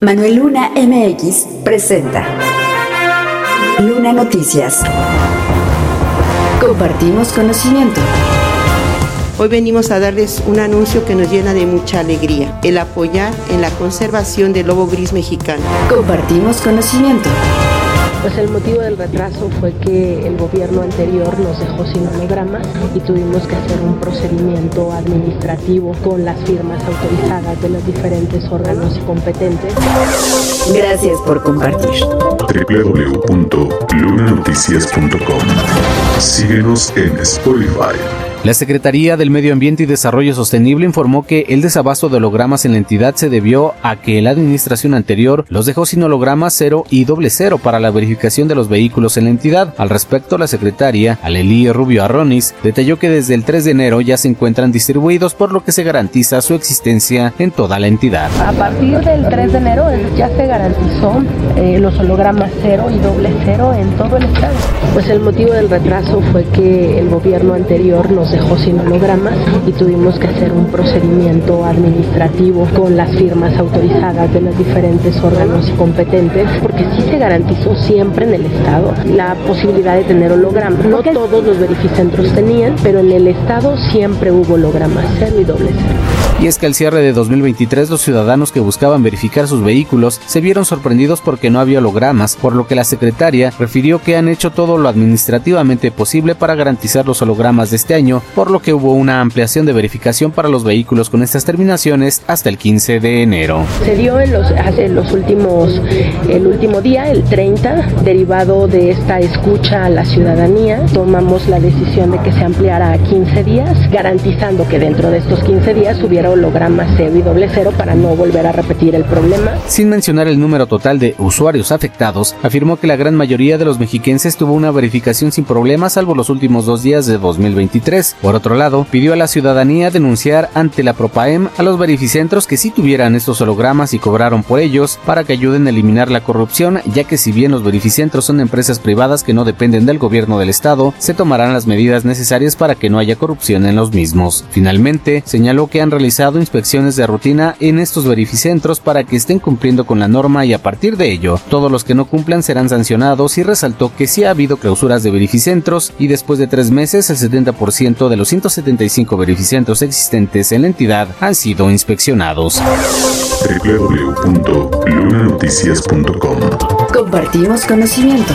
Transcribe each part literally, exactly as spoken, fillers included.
Manuel Luna M X presenta Luna Noticias. Compartimos conocimiento. Hoy venimos a darles un anuncio que nos llena de mucha alegría, el apoyar en la conservación del lobo gris mexicano. Compartimos conocimiento. Pues el motivo del retraso fue que el gobierno anterior nos dejó sin hologramas y tuvimos que hacer un procedimiento administrativo con las firmas autorizadas de los diferentes órganos competentes. Gracias por compartir. doble u doble u doble u punto luna noticias punto com. Síguenos en Spotify. La Secretaría del Medio Ambiente y Desarrollo Sostenible informó que el desabasto de hologramas en la entidad se debió a que la administración anterior los dejó sin hologramas cero y doble cero para la verificación de los vehículos en la entidad. Al respecto, la secretaria, Alelí Rubio Arronis, detalló que desde el tres de enero ya se encuentran distribuidos, por lo que se garantiza su existencia en toda la entidad. A partir del tres de enero ya se garantizó eh, los hologramas cero y doble cero en todo el estado. Pues el motivo del retraso fue que el gobierno anterior nos dejó sin hologramas y tuvimos que hacer un procedimiento administrativo con las firmas autorizadas de los diferentes órganos competentes, porque sí se garantizó siempre en el estado la posibilidad de tener hologramas. No todos los verificentros tenían, pero en el estado siempre hubo hologramas cero y doble cero. Y es que al cierre de dos mil veintitrés los ciudadanos que buscaban verificar sus vehículos se vieron sorprendidos porque no había hologramas, por lo que la secretaria refirió que han hecho todo lo administrativamente posible para garantizar los hologramas de este año, por lo que hubo una ampliación de verificación para los vehículos con estas terminaciones hasta el quince de enero. Se dio en los, hace los últimos, el último día, el treinta, derivado de esta escucha a la ciudadanía, tomamos la decisión de que se ampliara a quince días, garantizando que dentro de estos quince días hubiera hologramas cero y doble cero para no volver a repetir el problema. Sin mencionar el número total de usuarios afectados, afirmó que la gran mayoría de los mexiquenses tuvo una verificación sin problemas, salvo los últimos dos días de dos mil veintitrés. Por otro lado, pidió a la ciudadanía denunciar ante la Propaem a los verificentros que sí tuvieran estos hologramas y cobraron por ellos, para que ayuden a eliminar la corrupción, ya que si bien los verificentros son empresas privadas que no dependen del gobierno del estado, se tomarán las medidas necesarias para que no haya corrupción en los mismos. Finalmente, señaló que han realizado inspecciones de rutina en estos verificentros para que estén cumpliendo con la norma y a partir de ello, todos los que no cumplan serán sancionados, y resaltó que sí ha habido clausuras de verificentros y después de tres meses el setenta por ciento de los ciento setenta y cinco verificentros existentes en la entidad han sido inspeccionados. doble u doble u doble u punto luna noticias punto com. Compartimos conocimiento.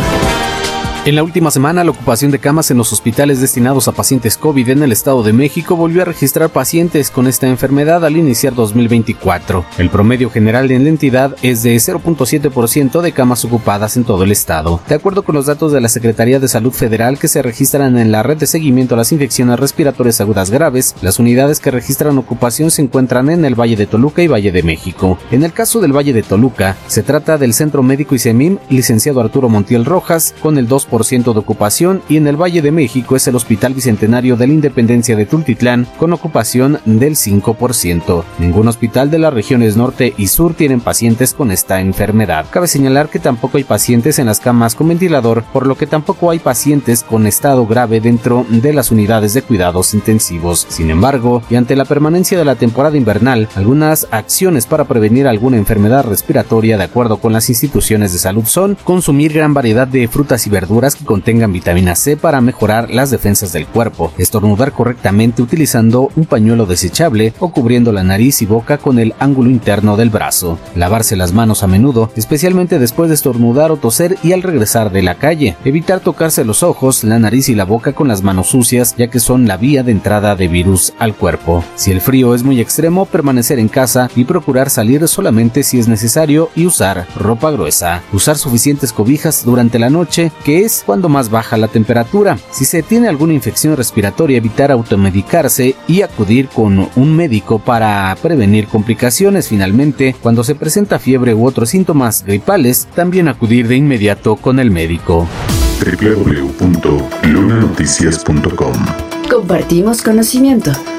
En la última semana, la ocupación de camas en los hospitales destinados a pacientes COVID en el Estado de México volvió a registrar pacientes con esta enfermedad al iniciar dos mil veinticuatro. El promedio general en la entidad es de cero punto siete por ciento de camas ocupadas en todo el estado. De acuerdo con los datos de la Secretaría de Salud Federal que se registran en la red de seguimiento a las infecciones respiratorias agudas graves, las unidades que registran ocupación se encuentran en el Valle de Toluca y Valle de México. En el caso del Valle de Toluca, se trata del Centro Médico ICEMIM, licenciado Arturo Montiel Rojas, con el dos por ciento de ocupación, y en el Valle de México es el Hospital Bicentenario de la Independencia de Tultitlán, con ocupación del cinco por ciento. Ningún hospital de las regiones norte y sur tienen pacientes con esta enfermedad. Cabe señalar que tampoco hay pacientes en las camas con ventilador, por lo que tampoco hay pacientes con estado grave dentro de las unidades de cuidados intensivos. Sin embargo, y ante la permanencia de la temporada invernal, algunas acciones para prevenir alguna enfermedad respiratoria, de acuerdo con las instituciones de salud, son consumir gran variedad de frutas y verduras que contengan vitamina C para mejorar las defensas del cuerpo, estornudar correctamente utilizando un pañuelo desechable o cubriendo la nariz y boca con el ángulo interno del brazo, lavarse las manos a menudo, especialmente después de estornudar o toser y al regresar de la calle, evitar tocarse los ojos, la nariz y la boca con las manos sucias, ya que son la vía de entrada de virus al cuerpo. Si el frío es muy extremo, permanecer en casa y procurar salir solamente si es necesario y usar ropa gruesa. Usar suficientes cobijas durante la noche, que es cuando más baja la temperatura. Si se tiene alguna infección respiratoria, evitar automedicarse y acudir con un médico para prevenir complicaciones. Finalmente, cuando se presenta fiebre u otros síntomas gripales, también acudir de inmediato con el médico. doble u doble u doble u punto luna noticias punto com. Compartimos conocimiento.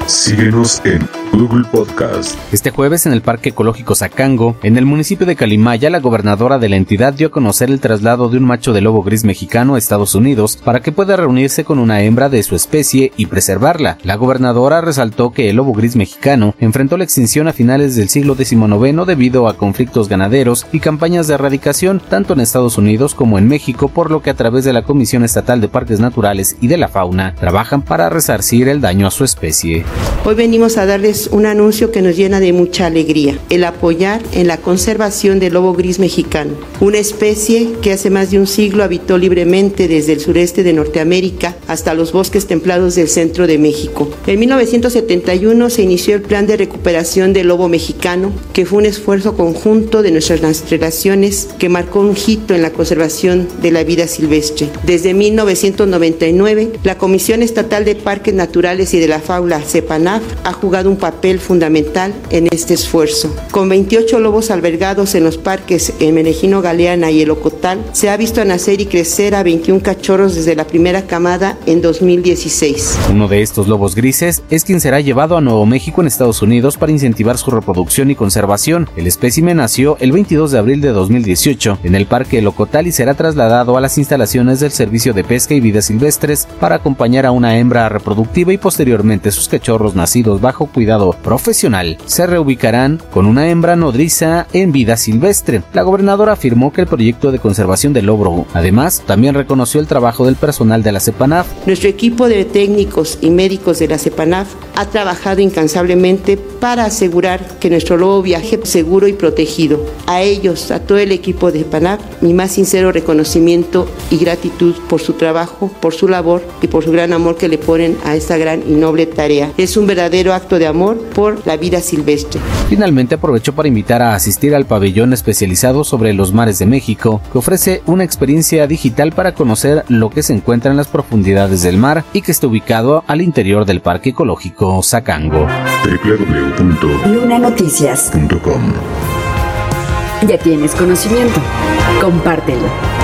Síguenos en Google Podcast. Este jueves en el Parque Ecológico Zacango, en el municipio de Calimaya, la gobernadora de la entidad dio a conocer el traslado de un macho de lobo gris mexicano a Estados Unidos para que pueda reunirse con una hembra de su especie y preservarla. La gobernadora resaltó que el lobo gris mexicano enfrentó la extinción a finales del siglo diecinueve debido a conflictos ganaderos y campañas de erradicación tanto en Estados Unidos como en México, por lo que a través de la Comisión Estatal de Parques Naturales y de la Fauna trabajan para resarcir el daño a su especie. Hoy venimos a darles un anuncio que nos llena de mucha alegría, el apoyar en la conservación del lobo gris mexicano, una especie que hace más de un siglo habitó libremente desde el sureste de Norteamérica hasta los bosques templados del centro de México. En mil novecientos setenta y uno se inició el Plan de Recuperación del Lobo Mexicano, que fue un esfuerzo conjunto de nuestras relaciones que marcó un hito en la conservación de la vida silvestre. Desde mil novecientos noventa y nueve, la Comisión Estatal de Parques Naturales y de la Fauna, CEPANAF, ha jugado un papel fundamental en este esfuerzo. Con veintiocho lobos albergados en los parques en Menegino Galeana y El Ocotal, se ha visto nacer y crecer a veintiún cachorros desde la primera camada en dos mil dieciséis. Uno de estos lobos grises es quien será llevado a Nuevo México en Estados Unidos para incentivar su reproducción y conservación. El espécimen nació el veintidós de abril de dos mil dieciocho en el Parque El Ocotal y será trasladado a las instalaciones del Servicio de Pesca y Vida Silvestres para acompañar a una hembra reproductiva y posteriormente sus cachorros nacidos bajo cuidado profesional se reubicarán con una hembra nodriza en vida silvestre. La gobernadora afirmó que el proyecto de conservación del lobo, además, también reconoció el trabajo del personal de la CEPANAF. Nuestro equipo de técnicos y médicos de la CEPANAF ha trabajado incansablemente para asegurar que nuestro lobo viaje seguro y protegido. A ellos, a todo el equipo de CEPANAF, mi más sincero reconocimiento y gratitud por su trabajo, por su labor y por su gran amor que le ponen a esta gran y noble tarea. Es un verdadero acto de amor por la vida silvestre. Finalmente aprovechó para invitar a asistir al pabellón especializado sobre los mares de México, que ofrece una experiencia digital para conocer lo que se encuentra en las profundidades del mar y que está ubicado al interior del Parque Ecológico Zacango. doble u doble u doble u punto luna noticias punto com Ya tienes conocimiento. Compártelo.